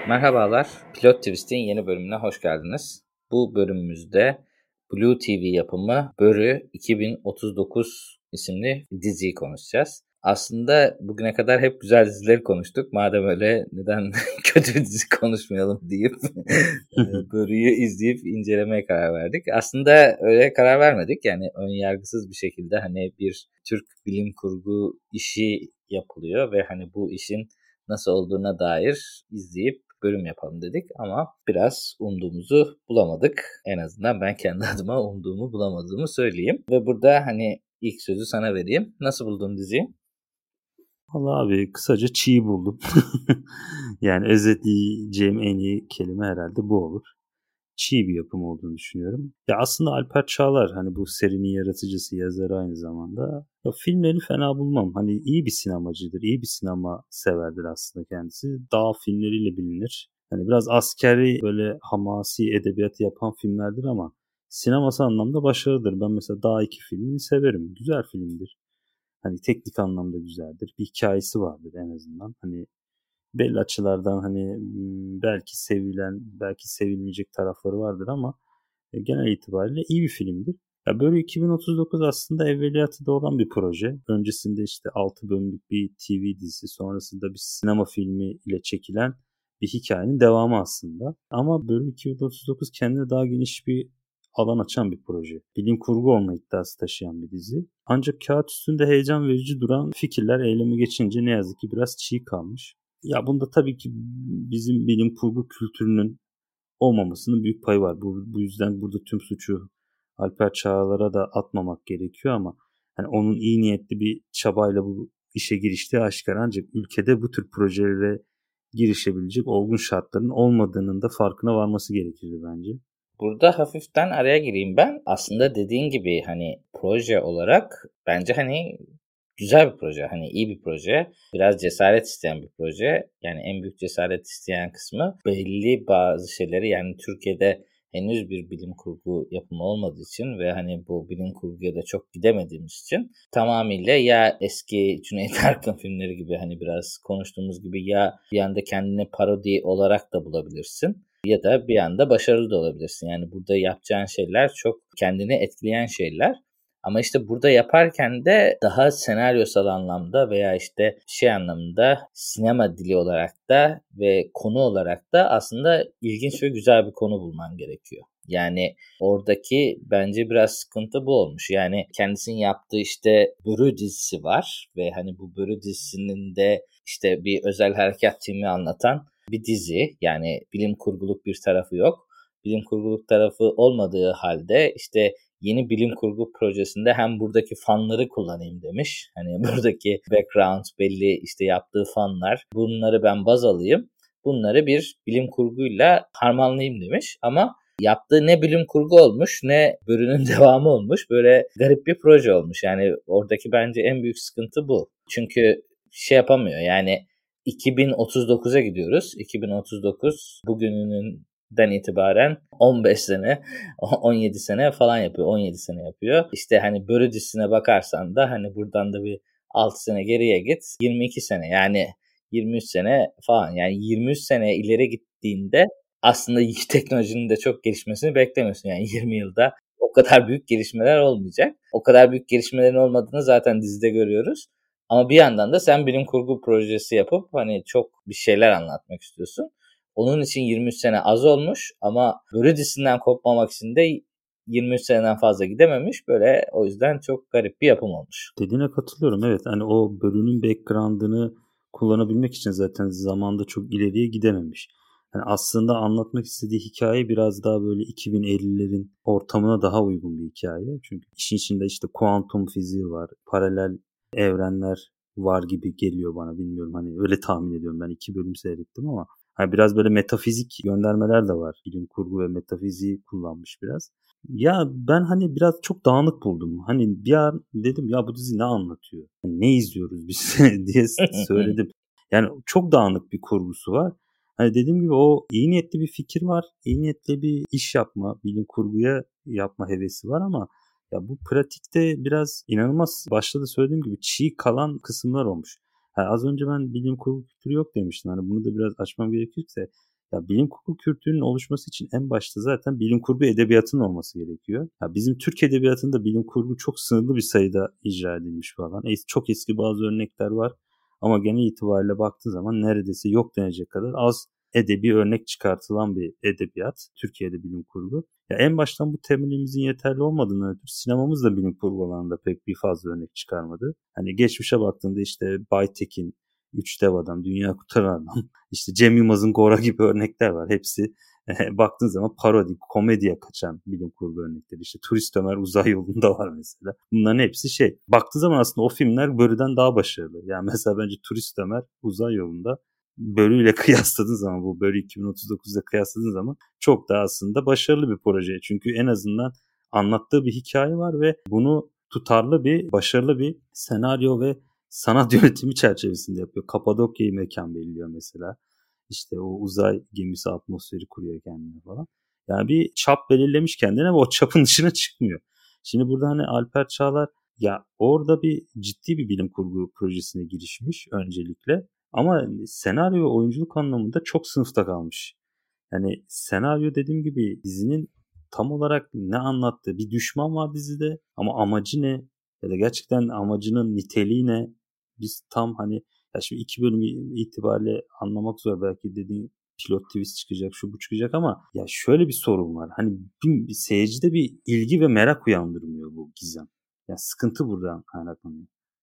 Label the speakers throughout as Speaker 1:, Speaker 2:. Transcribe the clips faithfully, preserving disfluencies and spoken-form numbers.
Speaker 1: Merhabalar, Pilot Twist'in yeni bölümüne hoş geldiniz. Bu bölümümüzde Blue T V yapımı Börü iki bin otuz dokuz isimli diziyi konuşacağız. Aslında bugüne kadar hep güzel dizileri konuştuk. Madem öyle neden kötü bir dizi konuşmayalım deyip Börü'yü izleyip incelemeye karar verdik. Aslında öyle karar vermedik. Yani önyargısız bir şekilde hani bir Türk bilim kurgu işi yapılıyor ve hani bu işin nasıl olduğuna dair izleyip bölüm yapalım dedik ama biraz umduğumuzu bulamadık. En azından ben kendi adıma umduğumu bulamadığımı söyleyeyim. Ve burada hani ilk sözü sana vereyim. Nasıl buldun diziyi?
Speaker 2: Vallahi abi kısaca çiğ buldum. Yani özetleyeceğim en iyi kelime herhalde bu olur. Çiğ bir yapım olduğunu düşünüyorum. Ya aslında Alper Çağlar hani bu serinin yaratıcısı, yazarı aynı zamanda. Ya filmlerini fena bulmam. Hani iyi bir sinemacıdır, iyi bir sinema severdir aslında kendisi. Dağ filmleriyle bilinir. Hani biraz askeri böyle hamasi edebiyatı yapan filmlerdir ama sineması anlamda başarılıdır. Ben mesela Dağ iki filmini severim. Güzel filmdir. Hani teknik anlamda güzeldir. Bir hikayesi vardır en azından. Hani belli açılardan hani belki sevilen, belki sevilmeyecek tarafları vardır ama genel itibariyle iyi bir filmdir. Ya böyle iki bin otuz dokuz aslında evveliyatı da olan bir proje. Öncesinde işte altı bölümlük bir T V dizisi, sonrasında bir sinema filmi ile çekilen bir hikayenin devamı aslında. Ama böyle iki bin otuz dokuz kendine daha geniş bir alan açan bir proje. Bilim kurgu olma iddiası taşıyan bir dizi. Ancak kağıt üstünde heyecan verici duran fikirler eyleme geçince ne yazık ki biraz çiğ kalmış. Ya bunda tabii ki bizim bilim kurgu kültürünün olmamasının büyük payı var. Bu, bu yüzden burada tüm suçu Alper Çağlar'a da atmamak gerekiyor ama hani onun iyi niyetli bir çabayla bu işe giriştiği aşikar, ancak ülkede bu tür projelere girişebilecek olgun şartların olmadığının da farkına varması gerekirdi bence.
Speaker 1: Burada hafiften araya gireyim ben. Aslında dediğin gibi hani proje olarak bence hani güzel bir proje. Hani iyi bir proje. Biraz cesaret isteyen bir proje. Yani en büyük cesaret isteyen kısmı belli bazı şeyleri, yani Türkiye'de henüz bir bilim kurgu yapımı olmadığı için ve hani bu bilim kurguya da çok gidemediğimiz için tamamıyla ya eski Cüneyt Arkın filmleri gibi hani biraz konuştuğumuz gibi ya bir anda kendini parodi olarak da bulabilirsin ya da bir anda başarılı da olabilirsin. Yani burada yapacağın şeyler çok kendini etkileyen şeyler. Ama işte burada yaparken de daha senaryosal anlamda veya işte şey anlamında sinema dili olarak da ve konu olarak da aslında ilginç ve güzel bir konu bulman gerekiyor. Yani oradaki bence biraz sıkıntı bu olmuş. Yani kendisinin yaptığı işte Börü dizisi var ve hani bu Börü dizisinin de işte bir özel harekat timi anlatan bir dizi. Yani bilim kurguluk bir tarafı yok. Bilim kurguluk tarafı olmadığı halde işte yeni bilim kurgu projesinde hem buradaki fanları kullanayım demiş. Hani buradaki background belli, işte yaptığı fanlar. Bunları ben baz alayım. Bunları bir bilim kurguyla harmanlayayım demiş. Ama yaptığı ne bilim kurgu olmuş ne Börü'nün devamı olmuş. Böyle garip bir proje olmuş. Yani oradaki bence en büyük sıkıntı bu. Çünkü şey yapamıyor yani iki bin otuz dokuza gidiyoruz. iki bin otuz dokuz bugününden itibaren on beş sene, on yedi sene falan yapıyor. on yedi sene yapıyor. İşte hani Börü dizisine bakarsan da hani buradan da bir altı sene geriye git. yirmi iki sene, yani yirmi üç sene falan. Yani yirmi üç sene ileri gittiğinde aslında teknolojinin de çok gelişmesini beklemiyorsun. Yani yirmi yılda o kadar büyük gelişmeler olmayacak. O kadar büyük gelişmelerin olmadığını zaten dizide görüyoruz. Ama bir yandan da sen bilim kurgu projesi yapıp hani çok bir şeyler anlatmak istiyorsun. Onun için yirmi üç sene az olmuş ama Börü dizisinden kopmamak için de yirmi üç seneden fazla gidememiş. Böyle o yüzden çok garip bir yapım olmuş.
Speaker 2: Dediğine katılıyorum, evet. Hani o bölümün background'ını kullanabilmek için zaten zamanda çok ileriye gidememiş. Yani aslında anlatmak istediği hikaye biraz daha böyle iki bin ellilerin ortamına daha uygun bir hikaye. Çünkü işin içinde işte kuantum fiziği var, paralel evrenler var gibi geliyor bana, bilmiyorum. Hani öyle tahmin ediyorum, ben iki bölüm seyrettim ama hani biraz böyle metafizik göndermeler de var. Bilim kurgu ve metafiziği kullanmış biraz. Ya ben hani biraz çok dağınık buldum. Hani bir an dedim ya bu dizi ne anlatıyor? Hani ne izliyoruz biz diye söyledim. Yani çok dağınık bir kurgusu var. Hani dediğim gibi o iyi niyetli bir fikir var. İyi niyetli bir iş yapma, bilim kurguya yapma hevesi var ama ya bu pratikte biraz inanılmaz, başta da söylediğim gibi çiğ kalan kısımlar olmuş. Yani az önce ben bilim kurgu kültürü yok demiştim. Hani bunu da biraz açmam gerekirse Ya bilim kurgu kültürünün oluşması için en başta zaten bilim kurgu edebiyatının olması gerekiyor. Ya bizim Türk edebiyatında bilim kurgu çok sınırlı bir sayıda icra edilmiş falan. Es- Çok eski bazı örnekler var. Ama genel itibariyle baktığın zaman neredeyse yok denecek kadar az edebi örnek çıkartılan bir edebiyat. Türkiye'de bilim kurgu. Ya en baştan bu temelimizin yeterli olmadığını ötürü sinemamız da bilim kurgu alanında pek bir fazla örnek çıkarmadı. Hani geçmişe baktığında işte Baytekin, Üç Dev Adam, Dünya Kurtaran Adam, işte Cem Yılmaz'ın Gora gibi örnekler var. Hepsi e, baktığın zaman parodi, komediye kaçan bilim kurgu örnekleri. İşte Turist Ömer Uzay Yolu'nda var mesela. Bunların hepsi şey. Baktığı zaman aslında o filmler Börü'den daha başarılı. Yani mesela bence Turist Ömer Uzay Yolu'nda Börü ile kıyasladığın zaman, bu Börü iki bin otuz dokuzda kıyasladığın zaman çok daha aslında başarılı bir proje. Çünkü en azından anlattığı bir hikaye var ve bunu tutarlı bir, başarılı bir senaryo ve sanat yönetimi çerçevesinde yapıyor. Kapadokya'yı mekan belirliyor mesela. İşte o uzay gemisi atmosferi kuruyor kendine falan. Yani bir çap belirlemiş kendine ve o çapın dışına çıkmıyor. Şimdi burada hani Alper Çağlar ya orada bir ciddi bir bilim kurgu projesine girişmiş öncelikle. Ama senaryo ve oyunculuk anlamında çok sınıfta kalmış. Yani senaryo dediğim gibi dizinin tam olarak ne anlattığı, bir düşman var dizide ama amacı ne ya da gerçekten amacının niteliği ne, biz tam hani ya şimdi iki bölüm itibariyle anlamak zor, belki dediğin pilot twist çıkacak, şu bu çıkacak ama ya şöyle bir sorun var. Hani bir, bir seyircide bir ilgi ve merak uyandırmıyor bu gizem. Ya sıkıntı buradan kaynaklanıyor.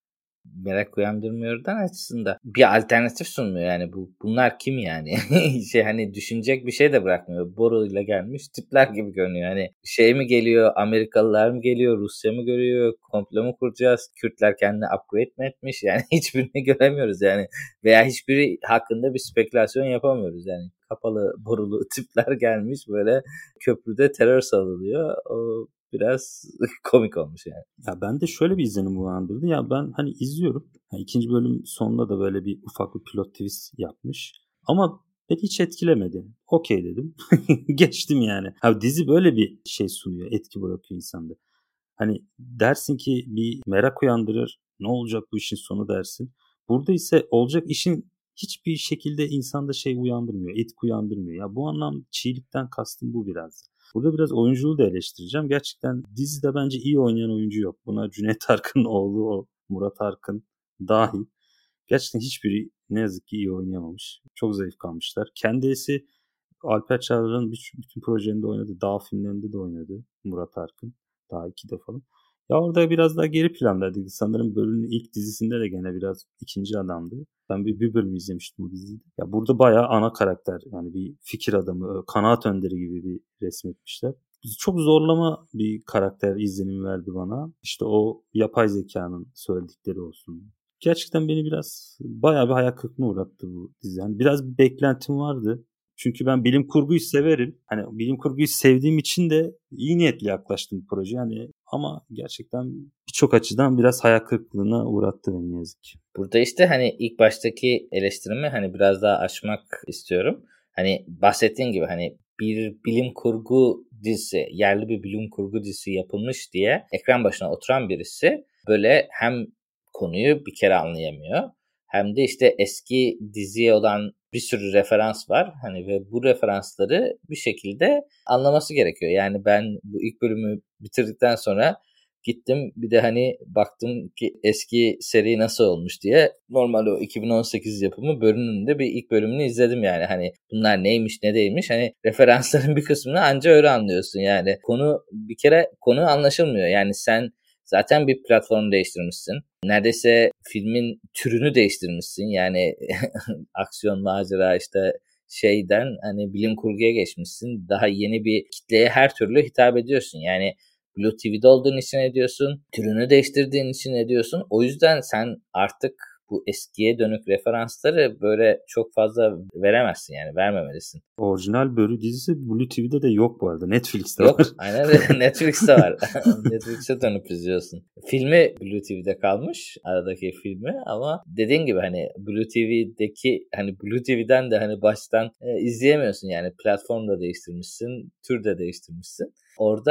Speaker 1: Merak uyandırmıyordan açısında bir alternatif sunmuyor yani bu bunlar kim yani şey hani düşünecek bir şey de bırakmıyor. Boruyla gelmiş tipler gibi görünüyor. Hani şey mi geliyor, Amerikalılar mı geliyor, Rusya mı görüyor, komplo mu kuracağız, Kürtler kendini upgrade mi etmiş, yani hiçbirini göremiyoruz yani veya hiçbiri hakkında bir spekülasyon yapamıyoruz yani. Kapalı borulu tipler gelmiş böyle köprüde terör salınıyor. O biraz komik olmuş yani.
Speaker 2: Ya ben de şöyle bir izlenim uyandırdı. Ya ben hani izliyorum. Yani ikinci bölüm sonunda da böyle bir ufak bir plot twist yapmış. Ama beni hiç etkilemedi. Okey dedim. Geçtim yani. Ha, dizi böyle bir şey sunuyor. Etki bırakıyor insanda. Hani dersin ki bir merak uyandırır. Ne olacak bu işin sonu dersin. Burada ise olacak işin hiçbir şekilde insanda şey uyandırmıyor. Etki uyandırmıyor. Ya bu anlam çiğlikten kastım bu biraz. Burada biraz oyunculuğu da eleştireceğim. Gerçekten dizide bence iyi oynayan oyuncu yok. Buna Cüneyt Arkın'ın oğlu o Murat Arkın dahil. Gerçekten hiçbiri ne yazık ki iyi oynayamamış. Çok zayıf kalmışlar. Kendisi Alper Çağlar'ın bütün projelerinde oynadı. Dağ filmlerinde de oynadı Murat Arkın. Daha ikide falan. Ya orada biraz daha geri plandaydı. Sanırım bölümün ilk dizisinde de gene biraz ikinci adamdı. Ben bir, bir bölüm izlemiştim bu diziyi. Ya burada bayağı ana karakter, yani bir fikir adamı, kanaat önderi gibi bir resmetmişler. Çok zorlama bir karakter izlenimi verdi bana. İşte o yapay zekanın söyledikleri olsun. Gerçekten beni biraz bayağı bir hayal kırıklığına uğrattı bu dizi. Yani biraz bir beklentim vardı. Çünkü ben bilim kurguyu severim. Hani bilim kurguyu sevdiğim için de iyi niyetli yaklaştım bu proje. Yani ama gerçekten birçok açıdan biraz hayal kırıklığına uğrattı beni, ne yazık ki.
Speaker 1: Burada işte hani ilk baştaki eleştirimi hani biraz daha açmak istiyorum. Hani bahsettiğin gibi hani bir bilim kurgu dizisi, yerli bir bilim kurgu dizisi yapılmış diye ekran başına oturan birisi böyle hem konuyu bir kere anlayamıyor hem de işte eski diziye olan bir sürü referans var. Hani ve bu referansları bir şekilde anlaması gerekiyor. Yani ben bu ilk bölümü bitirdikten sonra gittim bir de hani baktım ki eski seri nasıl olmuş diye. Normal o iki bin on sekiz yapımı Börü'nün de bir ilk bölümünü izledim yani. Hani bunlar neymiş ne değilmiş, hani referansların bir kısmını anca öyle anlıyorsun yani. Konu bir kere konu anlaşılmıyor. Yani sen zaten bir platformu değiştirmişsin. Neredeyse filmin türünü değiştirmişsin. Yani aksiyon, macera işte şeyden hani bilim kurguya geçmişsin. Daha yeni bir kitleye her türlü hitap ediyorsun. Yani Blue T V'de olduğun için ediyorsun. Türünü değiştirdiğin için ediyorsun. O yüzden sen artık bu eskiye dönük referansları böyle çok fazla veremezsin, yani vermemelisin.
Speaker 2: Orijinal Börü dizisi Blue T V'de de yok bu arada. Netflix'te
Speaker 1: Yok,
Speaker 2: var.
Speaker 1: aynen öyle. Netflix'te var. Netflix'e dönüp izliyorsun. Filmi Blue T V'de kalmış. Aradaki filmi ama dediğin gibi hani Blue T V'deki hani Blue T V'den de hani baştan e, izleyemiyorsun yani. Platform da değiştirmişsin. Tür de değiştirmişsin. Orada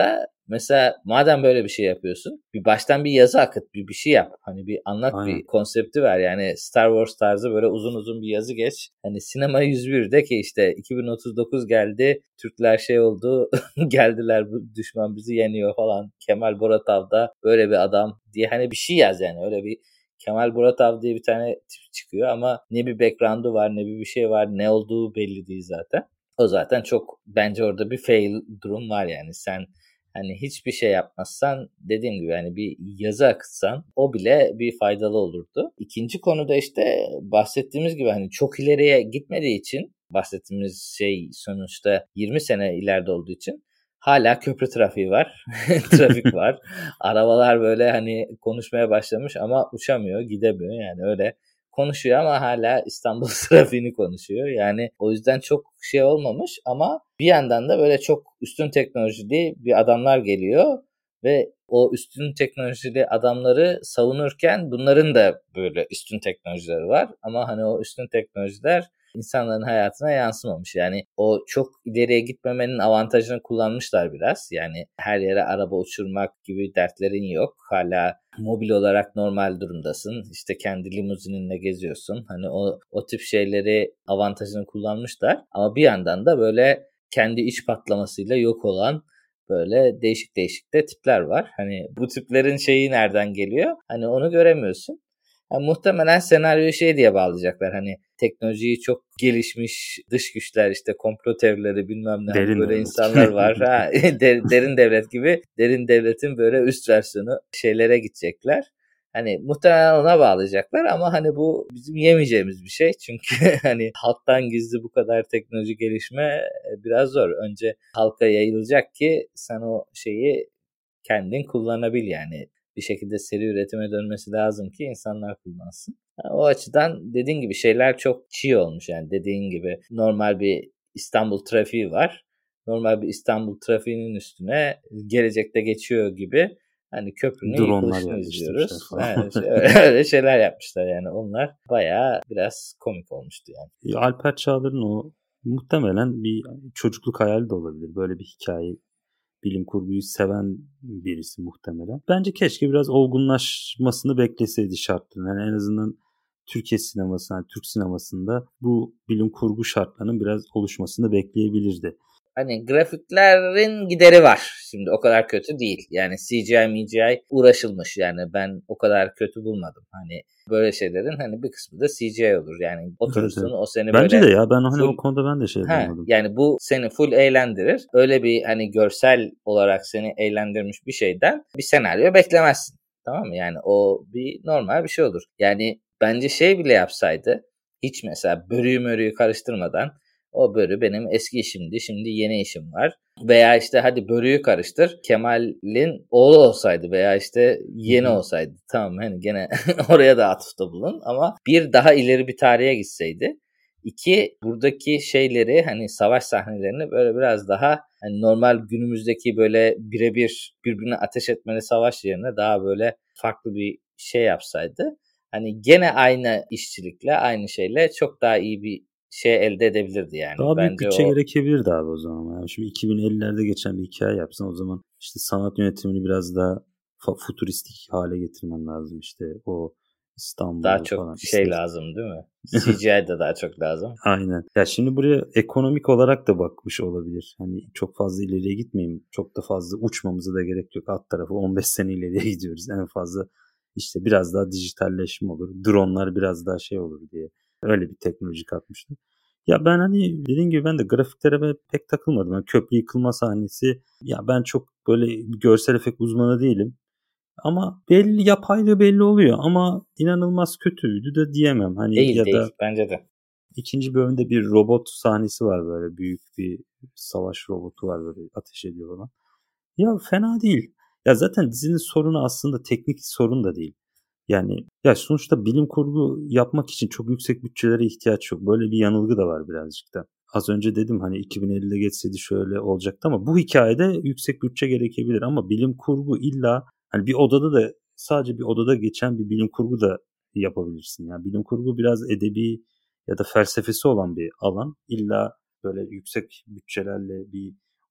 Speaker 1: Mesela madem böyle bir şey yapıyorsun, bir baştan bir yazı akıt, bir bir şey yap. Hani bir anlat,
Speaker 2: Aynen.
Speaker 1: bir konsepti ver. Yani Star Wars tarzı böyle uzun uzun bir yazı geç. Hani Sinema yüz birde ki işte iki bin otuz dokuz geldi, Türkler şey oldu, geldiler bu düşman bizi yeniyor falan. Kemal Boratov da böyle bir adam diye hani bir şey yaz yani. Öyle bir Kemal Boratov diye bir tane tip çıkıyor ama ne bir background'u var, ne bir bir şey var, ne olduğu belli değil zaten. O zaten çok bence orada bir fail durum var yani. Sen hani hiçbir şey yapmazsan, dediğim gibi hani bir yazı akıtsan o bile bir faydalı olurdu. İkinci konuda işte bahsettiğimiz gibi hani çok ileriye gitmediği için, bahsettiğimiz şey sonuçta yirmi sene ileride olduğu için hala köprü trafiği var. Trafik var. Arabalar böyle hani konuşmaya başlamış ama uçamıyor, gidemiyor yani öyle konuşuyor ama hala İstanbul trafiğini konuşuyor. Yani o yüzden çok şey olmamış ama bir yandan da böyle çok üstün teknolojili bir adamlar geliyor ve o üstün teknolojili adamları savunurken bunların da böyle üstün teknolojileri var ama hani o üstün teknolojiler insanların hayatına yansımamış. Yani o çok ileriye gitmemenin avantajını kullanmışlar biraz. Yani her yere araba uçurmak gibi dertlerin yok. Hala mobil olarak normal durumdasın. İşte kendi limuzininle geziyorsun. Hani o o tip şeyleri avantajını kullanmışlar. Ama bir yandan da böyle kendi iç patlamasıyla yok olan böyle değişik değişik de tipler var. Hani bu tiplerin şeyi nereden geliyor? Hani onu göremiyorsun. Yani muhtemelen senaryoyu şey diye bağlayacaklar. Hani teknolojiyi çok gelişmiş dış güçler, işte komplo teorileri bilmem ne, hani
Speaker 2: Derin
Speaker 1: böyle
Speaker 2: devlet.
Speaker 1: insanlar var. Ha, derin devlet gibi, derin devletin böyle üst versiyonu şeylere gidecekler. Hani muhtemelen ona bağlayacaklar ama hani bu bizim yemeyeceğimiz bir şey. Çünkü hani halktan gizli bu kadar teknoloji gelişme biraz zor. Önce halka yayılacak ki sen o şeyi kendin kullanabil yani. Bir şekilde seri üretime dönmesi lazım ki insanlar kullansın. Yani o açıdan dediğin gibi şeyler çok çiğ olmuş yani. Dediğin gibi normal bir İstanbul trafiği var. Normal bir İstanbul trafiğinin üstüne gelecekte geçiyor gibi hani köprünün
Speaker 2: Dronlar
Speaker 1: yıkılışını
Speaker 2: yerleştirmişler
Speaker 1: izliyoruz.
Speaker 2: falan.
Speaker 1: Yani öyle şeyler yapmışlar yani. Onlar bayağı biraz komik olmuştu yani.
Speaker 2: Alper Çağlar'ın o muhtemelen bir çocukluk hayali de olabilir. Böyle bir hikaye, bilim kurguyu seven birisi muhtemelen. Bence keşke biraz olgunlaşmasını bekleseydi şartların. Yani en azından Türkiye sinemasında, yani Türk sinemasında bu bilim kurgu şartlarının biraz oluşmasını bekleyebilirdi.
Speaker 1: Hani grafiklerin gideri var. Şimdi o kadar kötü değil. Yani C G I, M G I uğraşılmış. Yani ben o kadar kötü bulmadım. Hani böyle şeylerin hani bir kısmı da C G I olur. Yani oturursun
Speaker 2: Evet, evet.
Speaker 1: o seni
Speaker 2: Bence
Speaker 1: böyle
Speaker 2: de ya ben hani
Speaker 1: full,
Speaker 2: o konuda ben de şey
Speaker 1: ha
Speaker 2: bulmadım.
Speaker 1: yani bu seni full eğlendirir. Öyle bir hani görsel olarak seni eğlendirmiş bir şeyden bir senaryo beklemezsin. Tamam mı? Yani o bir normal bir şey olur. Yani bence şey bile yapsaydı, hiç mesela börüyü mörüyü karıştırmadan, o börü benim eski işimdi, şimdi yeni işim var. Veya işte hadi börüyü karıştır, Kemal'in oğlu olsaydı veya işte yeni olsaydı. Tamam hani gene oraya da atıfta bulun ama bir daha ileri bir tarihe gitseydi. İki, buradaki şeyleri hani savaş sahnelerini böyle biraz daha hani normal günümüzdeki böyle birebir birbirine ateş etmeli savaş yerine daha böyle farklı bir şey yapsaydı. Hani gene aynı işçilikle, aynı şeyle çok daha iyi bir şey elde edebilirdi yani.
Speaker 2: Daha büyük
Speaker 1: Bence
Speaker 2: bütçe
Speaker 1: o
Speaker 2: gerekebilirdi abi o zaman. Yani şimdi iki bin ellilerde geçen bir hikaye yapsan o zaman işte sanat yönetimini biraz daha futuristik hale getirmen lazım. İşte o
Speaker 1: daha
Speaker 2: İstanbul'u
Speaker 1: çok
Speaker 2: falan
Speaker 1: şey
Speaker 2: estetik.
Speaker 1: lazım değil mi? C G I de daha çok lazım.
Speaker 2: Aynen. Ya şimdi buraya ekonomik olarak da bakmış olabilir. Hani çok fazla ileriye gitmeyeyim. Çok da fazla uçmamıza da gerek yok. Alt tarafı on beş sene ileriye gidiyoruz. En fazla işte biraz daha dijitalleşme olur. Dronlar biraz daha şey olur diye. Öyle bir teknoloji katmışlar. Ya ben hani dediğim gibi ben de grafiklere pek takılmadım. Yani köprü yıkılma sahnesi ya ben çok böyle görsel efekt uzmanı değilim. Ama belli yapaylığı belli oluyor ama inanılmaz kötüydü de diyemem. Hani
Speaker 1: Değil
Speaker 2: ya
Speaker 1: değil
Speaker 2: da
Speaker 1: bence de.
Speaker 2: İkinci bölümde bir robot sahnesi var böyle. Büyük bir savaş robotu var böyle ateş ediyor falan. Ya fena değil. Ya zaten dizinin sorunu aslında teknik sorun da değil. Yani ya sonuçta bilim kurgu yapmak için çok yüksek bütçelere ihtiyaç yok. Böyle bir yanılgı da var birazcık da. Az önce dedim hani iki bin ellide geçseydi şöyle olacaktı ama bu hikayede yüksek bütçe gerekebilir ama bilim kurgu illa hani bir odada da sadece bir odada geçen bir bilim kurgu da yapabilirsin. Yani bilim kurgu biraz edebi ya da felsefesi olan bir alan. İlla böyle yüksek bütçelerle bir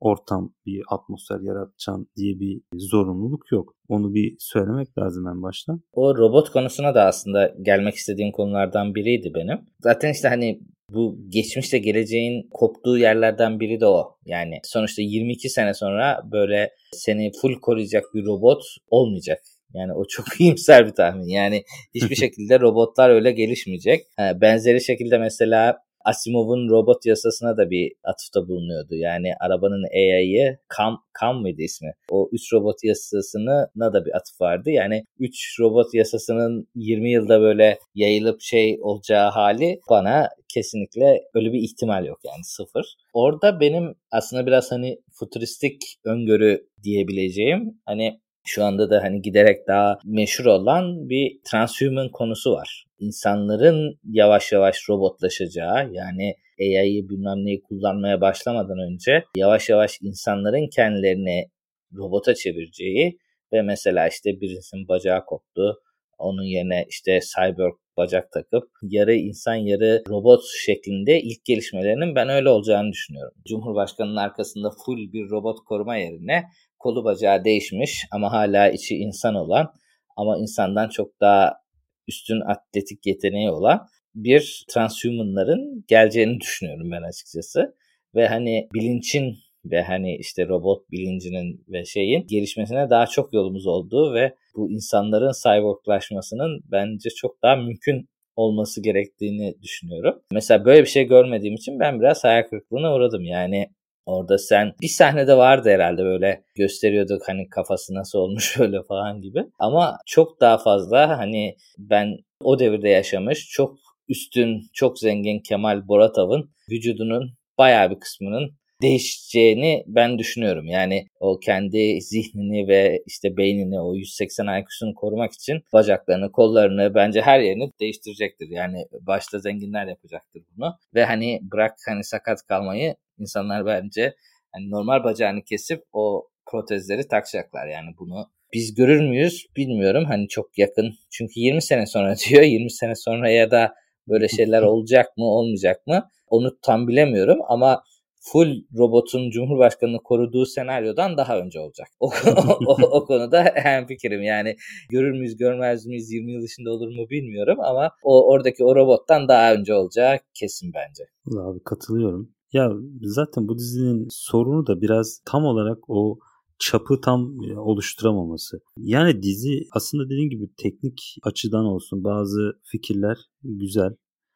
Speaker 2: ortam, bir atmosfer yaratacaksın diye bir zorunluluk yok. Onu bir söylemek lazım en baştan.
Speaker 1: O robot konusuna da aslında gelmek istediğim konulardan biriydi benim. Zaten işte hani bu geçmişle geleceğin koptuğu yerlerden biri de o. Yani sonuçta yirmi iki sene sonra böyle seni full koruyacak bir robot olmayacak. Yani o çok iyimser bir tahmin. Yani hiçbir şekilde robotlar öyle gelişmeyecek. Ha, benzeri şekilde mesela Asimov'un robot yasasına da bir atıfta bulunuyordu. Yani arabanın A I'yi Cam, Cam mıydı ismi? O üç robot yasasına da bir atıf vardı. Yani üç robot yasasının yirmi yılda böyle yayılıp şey olacağı hali bana kesinlikle öyle bir ihtimal yok, yani sıfır. Orada benim aslında biraz hani futuristik öngörü diyebileceğim, hani şu anda da hani giderek daha meşhur olan bir transhuman konusu var. İnsanların yavaş yavaş robotlaşacağı, yani A I'yi bilmem neyi kullanmaya başlamadan önce yavaş yavaş insanların kendilerini robota çevireceği ve mesela işte birisinin bacağı koptu, onun yerine işte cyborg bacak takıp yarı insan yarı robot şeklinde ilk gelişmelerinin ben öyle olacağını düşünüyorum. Cumhurbaşkanının arkasında full bir robot koruma yerine kolu bacağı değişmiş ama hala içi insan olan ama insandan çok daha üstün atletik yeteneği olan bir transhumanların geleceğini düşünüyorum ben açıkçası. Ve hani bilinçin ve hani işte robot bilincinin ve şeyin gelişmesine daha çok yolumuz olduğu ve bu insanların cyborglaşmasının bence çok daha mümkün olması gerektiğini düşünüyorum. Mesela böyle bir şey görmediğim için ben biraz hayal kırıklığına uğradım. Yani orada sen bir sahnede vardı herhalde, böyle gösteriyorduk hani kafası nasıl olmuş böyle falan gibi. Ama çok daha fazla hani ben o devirde yaşamış çok üstün, çok zengin Kemal Boratov'un vücudunun bayağı bir kısmının değişeceğini ben düşünüyorum. Yani o kendi zihnini ve işte beynini, o yüz seksen I Q'sunu korumak için bacaklarını, kollarını, bence her yerini değiştirecektir. Yani başta zenginler yapacaktır bunu. Ve hani bırak hani sakat kalmayı, insanlar bence hani normal bacağını kesip o protezleri takacaklar. Yani bunu biz görür müyüz bilmiyorum. Hani çok yakın. Çünkü yirmi sene sonra diyor. yirmi sene sonra ya da böyle şeyler olacak mı, olmayacak mı? Onu tam bilemiyorum ama full robotun Cumhurbaşkanı'nı koruduğu senaryodan daha önce olacak. O, o, o konuda hemfikirim. Yani görür müyüz görmez miyiz, yirmi yıl içinde olur mu bilmiyorum ama o oradaki o robottan daha önce olacağı kesin bence.
Speaker 2: Abi katılıyorum. Ya zaten bu dizinin sorunu da biraz tam olarak o çapı tam oluşturamaması. Yani dizi aslında dediğim gibi teknik açıdan olsun bazı fikirler güzel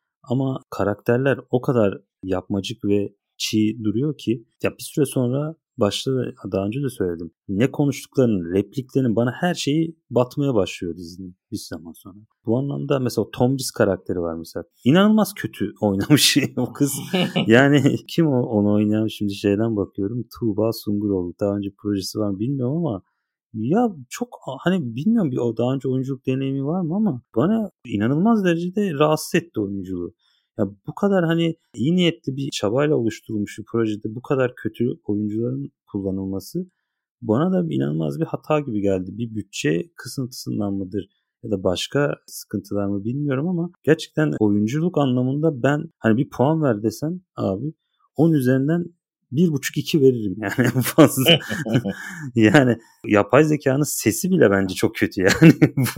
Speaker 2: ama karakterler o kadar yapmacık ve çiğ duruyor ki ya bir süre sonra başta da daha önce de söyledim. Ne konuştuklarının, repliklerinin bana her şeyi batmaya başlıyor dizinin bir zaman sonra. Bu anlamda mesela Tomris karakteri var mesela. İnanılmaz kötü oynamış o kız. Yani kim o onu oynayan, şimdi şeyden bakıyorum. Tuğba Sunguroğlu. Daha önce projesi var mı bilmiyorum ama ya çok hani bilmiyorum bir o daha önce oyunculuk deneyimi var mı ama bana inanılmaz derecede rahatsız etti oyunculuğu. Ya bu kadar hani iyi niyetli bir çabayla oluşturulmuş bir projede bu kadar kötü oyuncuların kullanılması bana da inanılmaz bir hata gibi geldi. Bir bütçe kısıntısından mıdır ya da başka sıkıntılar mı bilmiyorum ama gerçekten oyunculuk anlamında ben hani bir puan ver desen abi on üzerinden bir buçuk iki veririm yani en fazla. Yani yapay zekanın sesi bile bence çok kötü yani.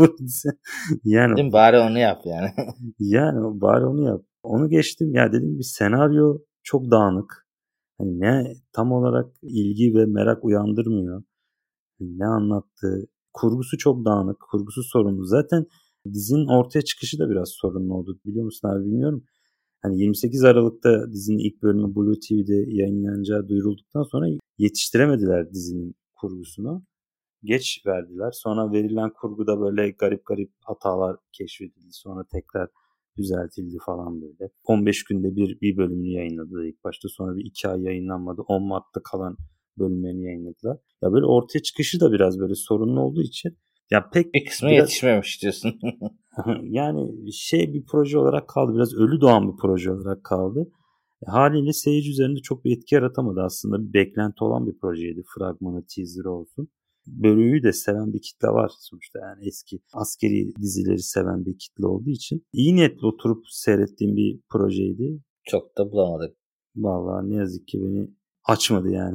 Speaker 2: yani
Speaker 1: Değil mi? Bari onu yap yani.
Speaker 2: yani bari onu yap. Onu geçtim ya, dedim bir senaryo çok dağınık. Hani ne tam olarak ilgi ve merak uyandırmıyor. Ne anlattı? Kurgusu çok dağınık. Kurgusu sorunlu. Zaten dizinin ortaya çıkışı da biraz sorunlu oldu. Biliyor musun abi bilmiyorum. Hani yirmi sekiz Aralık'ta dizinin ilk bölümü Blue T V'de yayınlanacağı duyurulduktan sonra yetiştiremediler dizinin kurgusunu. Geç verdiler. Sonra verilen kurguda böyle garip garip hatalar keşfedildi. Sonra tekrar düzeltildi falan böyle. on beş günde bir bir bölümünü yayınladılar ilk başta. Sonra bir iki ay yayınlanmadı. on Mart'ta kalan bölümlerini yayınladılar. Ya böyle ortaya çıkışı da biraz böyle sorunlu olduğu için ya pek
Speaker 1: Bir kısmı
Speaker 2: biraz,
Speaker 1: yetişmemiş diyorsun.
Speaker 2: yani şey bir proje olarak kaldı. Biraz ölü doğan bir proje olarak kaldı. Haliyle seyirci üzerinde çok bir etki yaratamadı aslında. Bir beklenti olan bir projeydi. Fragmanı, teaser'ı olsun. Bölüğü de seven bir kitle var sonuçta, yani eski askeri dizileri seven bir kitle olduğu için iyi niyetle oturup seyrettiğim bir projeydi.
Speaker 1: Çok da bulamadık.
Speaker 2: Vallahi ne yazık ki beni açmadı yani.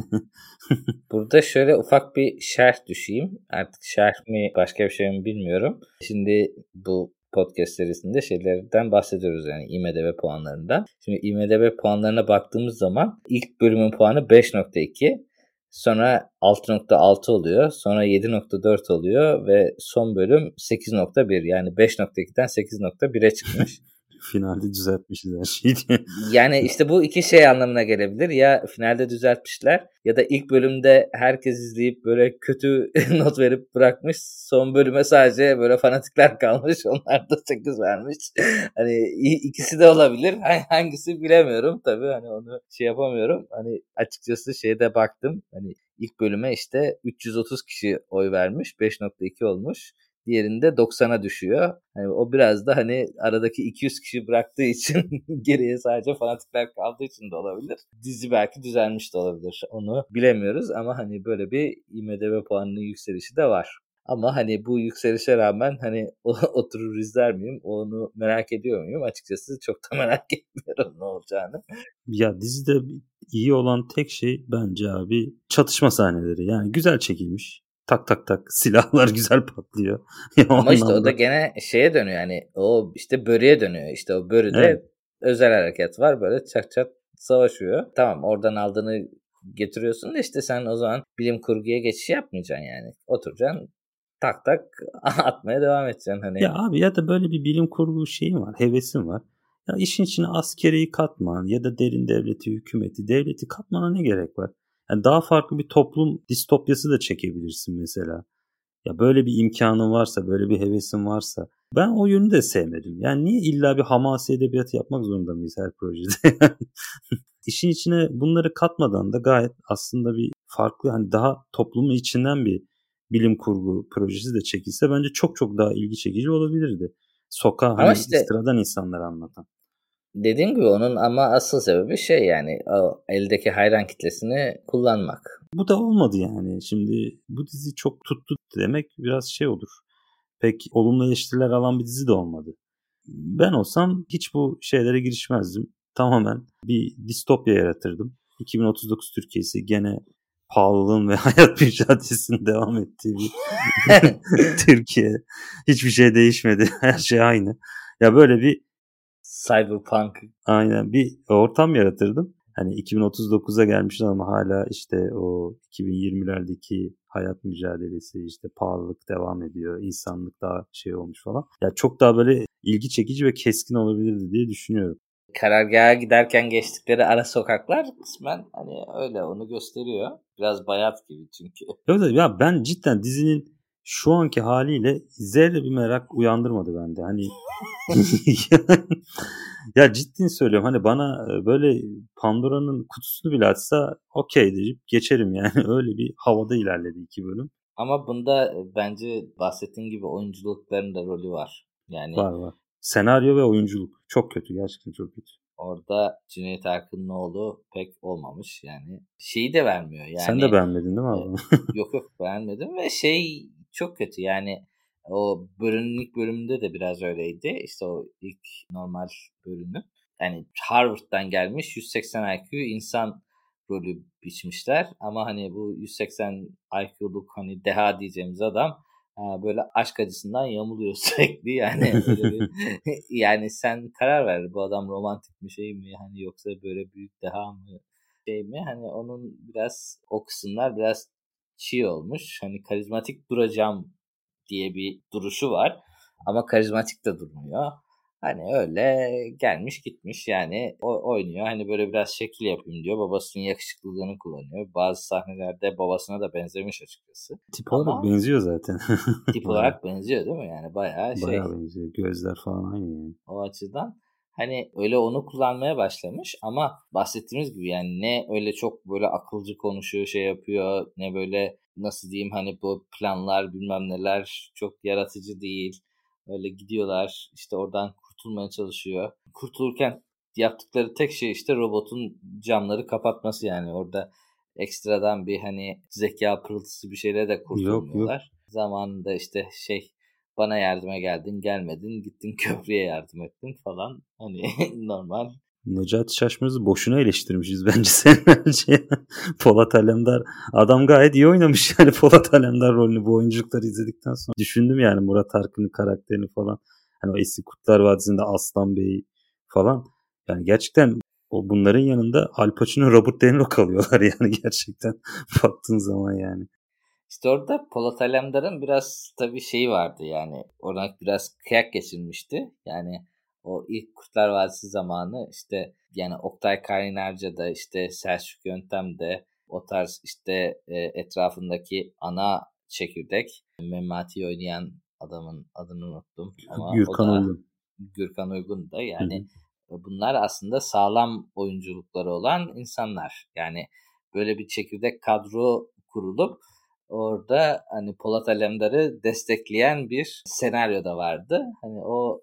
Speaker 1: Burada şöyle ufak bir şerh düşeyim. Artık şerh mi başka bir şey mi bilmiyorum. Şimdi bu podcast serisinde şeylerden bahsediyoruz yani I M D B puanlarından. Şimdi I M D B puanlarına baktığımız zaman ilk bölümün puanı beş nokta iki. Sonra altı nokta altı oluyor. Sonra yedi nokta dört oluyor ve son bölüm sekiz nokta bir. Yani beş nokta ikiden sekiz nokta bire çıkmış.
Speaker 2: Finalde düzeltmişiz her şeyi.
Speaker 1: Yani işte bu iki şey anlamına gelebilir. Ya finalde düzeltmişler ya da ilk bölümde herkes izleyip böyle kötü not verip bırakmış. Son bölüme sadece böyle fanatikler kalmış. Onlar da sekiz vermiş. Hani ikisi de olabilir. Hangisi bilemiyorum tabii. Hani onu şey yapamıyorum. Hani açıkçası şeyde baktım. Hani ilk bölüme işte üç yüz otuz kişi oy vermiş. beş nokta iki olmuş. Diğerinde doksana düşüyor. Yani o biraz da hani aradaki iki yüz kişi bıraktığı için geriye sadece fanatikler kaldığı için de olabilir. Dizi belki düzelmiş de olabilir. Onu bilemiyoruz ama hani böyle bir I M D B puanının yükselişi de var. Ama hani bu yükselişe rağmen hani oturur izler miyim? Onu merak ediyor muyum? Açıkçası çok da merak etmiyorum ne olacağını.
Speaker 2: Ya dizide iyi olan tek şey bence abi çatışma sahneleri. Yani güzel çekilmiş. Tak tak tak silahlar güzel patlıyor.
Speaker 1: Ama işte o da gene şeye dönüyor yani o işte börüye dönüyor. İşte o börüde evet. Özel hareket var böyle çat çat savaşıyor. Tamam oradan aldığını getiriyorsun da işte sen o zaman bilim kurguya geçiş yapmayacaksın yani. Oturacaksın tak tak atmaya devam edeceksin. Hani.
Speaker 2: Ya abi ya da böyle bir bilim kurgu şeyin var, hevesin var. Ya işin içine askeriyi katman ya da derin devleti, hükümeti, devleti katmana ne gerek var? Yani daha farklı bir toplum distopyası da çekebilirsin mesela. Ya böyle bir imkanın varsa, böyle bir hevesin varsa. Ben o yönü de sevmedim. Yani niye illa bir hamasi edebiyatı yapmak zorunda mıyız her projede? İşin içine bunları katmadan da gayet aslında bir farklı hani daha toplumun içinden bir bilim kurgu projesi de çekilse bence çok çok daha ilgi çekici olabilirdi. Sokağa hani işte, sıradan insanları anlatan.
Speaker 1: Dediğim gibi onun ama asıl sebebi şey yani o eldeki hayran kitlesini kullanmak.
Speaker 2: Bu da olmadı yani. Şimdi bu dizi çok tuttu demek biraz şey olur. Pek olumlu eleştiriler alan bir dizi de olmadı. Ben olsam hiç bu şeylere girişmezdim. Tamamen bir distopya yaratırdım. iki bin otuz dokuz Türkiye'si gene pahalılığın ve hayat mücadelesinin devam ettiği bir Türkiye. Hiçbir şey değişmedi. Her şey aynı. Ya böyle bir
Speaker 1: cyberpunk.
Speaker 2: Aynen bir ortam yaratırdım. Hani iki bin otuz dokuza gelmişiz ama hala işte o iki bin yirmilerdeki hayat mücadelesi işte pahalılık devam ediyor. İnsanlık daha şey olmuş falan. Ya çok daha böyle ilgi çekici ve keskin olabilirdi diye düşünüyorum.
Speaker 1: Karargaha giderken geçtikleri ara sokaklar kısmen hani öyle onu gösteriyor. Biraz bayat gibi çünkü.
Speaker 2: Evet ya ben cidden dizinin şu anki haliyle zerre bir merak uyandırmadı bende. Hani ya ciddi söylüyorum hani bana böyle Pandora'nın kutusunu bile açsa okey deyip geçerim yani öyle bir havada ilerledi iki bölüm.
Speaker 1: Ama bunda bence bahsettiğin gibi oyunculukların da rolü var. Yani
Speaker 2: var var. Senaryo ve oyunculuk çok kötü gerçekten çok kötü.
Speaker 1: Orada Cüneyt Arkın'ın oğlu pek olmamış yani. Şeyi de vermiyor yani.
Speaker 2: Sen de beğenmedin değil mi abi?
Speaker 1: yok yok beğenmedim ve şey çok kötü yani o bölümün ilk bölümünde de biraz öyleydi. İşte o ilk normal bölümü. Yani Harvard'dan gelmiş yüz seksen I Q insan rolü biçmişler. Ama hani bu yüz seksen I Q'luk hani deha diyeceğimiz adam böyle aşk acısından yamuluyor sürekli yani öyle bir, yani sen karar ver bu adam romantik mi şey mi hani yoksa böyle büyük deha mı şey mi hani onun biraz o kısımlar biraz çiğ olmuş hani karizmatik duracağım diye bir duruşu var ama karizmatik de durmuyor. Hani öyle gelmiş gitmiş yani o oynuyor. Hani böyle biraz şekil yapayım diyor. Babasının yakışıklılığını kullanıyor. Bazı sahnelerde babasına da benzemiş açıkçası.
Speaker 2: Tip olarak benziyor zaten.
Speaker 1: Tip olarak benziyor değil mi? Yani bayağı şey.
Speaker 2: Bayağı benziyor. Gözler falan aynı yani.
Speaker 1: O açıdan hani öyle onu kullanmaya başlamış ama bahsettiğimiz gibi yani ne öyle çok böyle akılcı konuşuyor şey yapıyor ne böyle nasıl diyeyim hani bu planlar bilmem neler çok yaratıcı değil. Öyle gidiyorlar işte oradan kurtulmaya çalışıyor. Kurtulurken yaptıkları tek şey işte robotun camları kapatması yani orada ekstradan bir hani zeka pırıltısı bir şeyle de kurtulmuyorlar. Yok, yok. Zamanında işte şey bana yardıma geldin gelmedin gittin köprüye yardım ettin falan hani normal
Speaker 2: Necati Şaşmaz'ı boşuna eleştirmişiz bence senelerce. Polat Alemdar adam gayet iyi oynamış yani Polat Alemdar rolünü bu oyunculukları izledikten sonra. Düşündüm yani Murat Arkın'ın karakterini falan. Hani o eski Kurtlar Vadisi'nde Aslan Bey falan. Yani gerçekten o bunların yanında Al Pacino, Robert De Niro kalıyorlar yani gerçekten baktığın zaman yani.
Speaker 1: İşte orada Polat Alemdar'ın biraz tabii şeyi vardı yani. Oradan biraz kıyak geçirmişti. Yani o ilk Kurtlar Vadisi zamanı işte yani Oktay Kaynarca da işte Selçuk Yöntem de o tarz işte e, etrafındaki ana çekirdek Memati'yi oynayan adamın adını unuttum ama
Speaker 2: Gürkan
Speaker 1: o da
Speaker 2: Uygun.
Speaker 1: Gürkan Uygun da yani hı hı. Bunlar aslında sağlam oyunculukları olan insanlar. Yani böyle bir çekirdek kadro kurulup orada hani Polat Alemdar'ı destekleyen bir senaryo da vardı. Hani o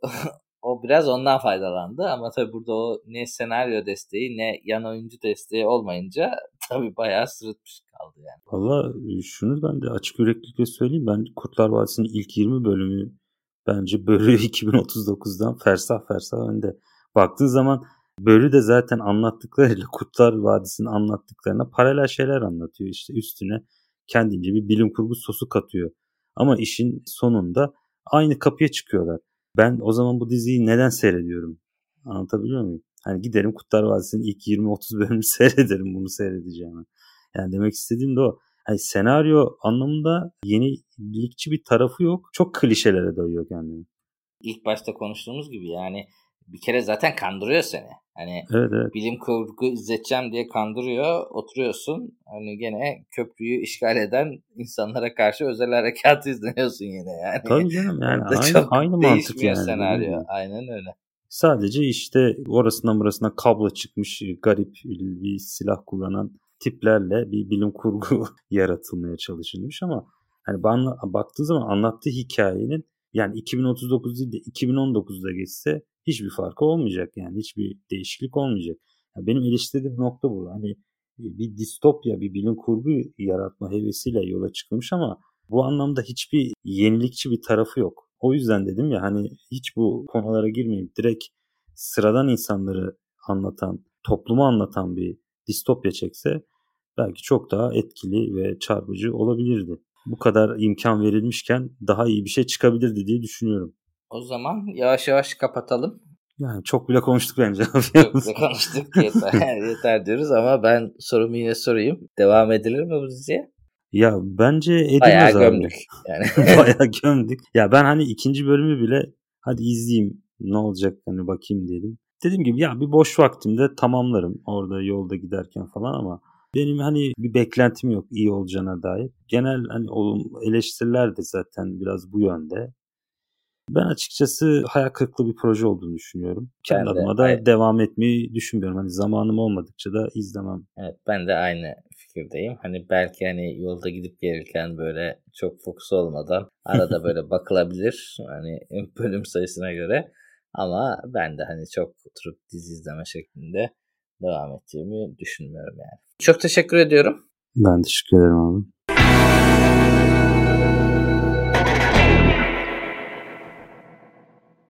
Speaker 1: o biraz ondan faydalandı ama tabii burada o ne senaryo desteği ne yan oyuncu desteği olmayınca tabii bayağı sırıtmış kaldı yani.
Speaker 2: Valla şunu ben de açık yüreklilikle söyleyeyim. Ben Kurtlar Vadisi'nin ilk yirmi bölümü bence Börü iki bin otuz dokuzdan fersah fersah önde. Baktığın zaman Börü de zaten anlattıklarıyla Kurtlar Vadisi'nin anlattıklarına paralel şeyler anlatıyor. İşte üstüne kendince bir bilim kurgu sosu katıyor. Ama işin sonunda aynı kapıya çıkıyorlar. Ben o zaman bu diziyi neden seyrediyorum? Anlatabiliyor muyum? Hani giderim Kurtlar Vadisi'nin ilk yirmi otuz bölümünü seyrederim bunu seyredeceğime. Yani demek istediğim de o. Hani senaryo anlamında yenilikçi bir tarafı yok. Çok klişelere dayıyor kendini.
Speaker 1: İlk başta konuştuğumuz gibi yani bir kere zaten kandırıyor seni. Hani
Speaker 2: evet, evet.
Speaker 1: bilim kurgu izleteceğim diye kandırıyor. Oturuyorsun. Hani gene köprüyü işgal eden insanlara karşı özel harekatı izliyorsun yine yani.
Speaker 2: Tabii canım yani
Speaker 1: Orada
Speaker 2: aynı,
Speaker 1: çok
Speaker 2: aynı mantık yani.
Speaker 1: senaryo. Aynen öyle.
Speaker 2: Sadece işte orasından burasından kablo çıkmış garip bir silah kullanan tiplerle bir bilim kurgu yaratılmaya çalışılmış ama hani bana baktığın zaman anlattığı hikayenin yani iki bin otuz dokuz değil de iki bin on dokuzda geçse hiçbir farkı olmayacak yani hiçbir değişiklik olmayacak. Yani benim eleştirdiğim nokta bu. Hani bir distopya, bir bilim kurgu yaratma hevesiyle yola çıkılmış ama bu anlamda hiçbir yenilikçi bir tarafı yok. O yüzden dedim ya hani hiç bu konulara girmeyip direkt sıradan insanları anlatan, toplumu anlatan bir distopya çekse belki çok daha etkili ve çarpıcı olabilirdi. Bu kadar imkan verilmişken daha iyi bir şey çıkabilirdi diye düşünüyorum.
Speaker 1: O zaman yavaş yavaş kapatalım.
Speaker 2: Yani çok bile konuştuk bence.
Speaker 1: Çok bile konuştuk. Yeter, yeter diyoruz ama ben sorumu yine sorayım. Devam edilir mi bu diziye?
Speaker 2: Ya bence edilmez
Speaker 1: Bayağı
Speaker 2: abi.
Speaker 1: gömdük. Yani.
Speaker 2: Bayağı gömdük. Ya ben hani ikinci bölümü bile hadi izleyeyim ne olacak hani bakayım dedim. Dediğim gibi ya bir boş vaktimde tamamlarım orada yolda giderken falan ama benim hani bir beklentim yok iyi olacağına dair. Genel hani olum eleştiriler de zaten biraz bu yönde. Ben açıkçası hayal kırıklığı bir proje olduğunu düşünüyorum. Kendi
Speaker 1: Ben de,
Speaker 2: adıma da
Speaker 1: ay-
Speaker 2: devam etmeyi düşünmüyorum. Hani zamanım olmadıkça da izlemem.
Speaker 1: Evet, ben de aynı fikirdeyim. Hani belki hani yolda gidip gelirken böyle çok fokus olmadan arada böyle bakılabilir. Hani bölüm sayısına göre. Ama ben de hani çok oturup dizi izleme şeklinde devam ettiğimi düşünmüyorum yani. Çok teşekkür ediyorum.
Speaker 2: Ben teşekkür ederim abi.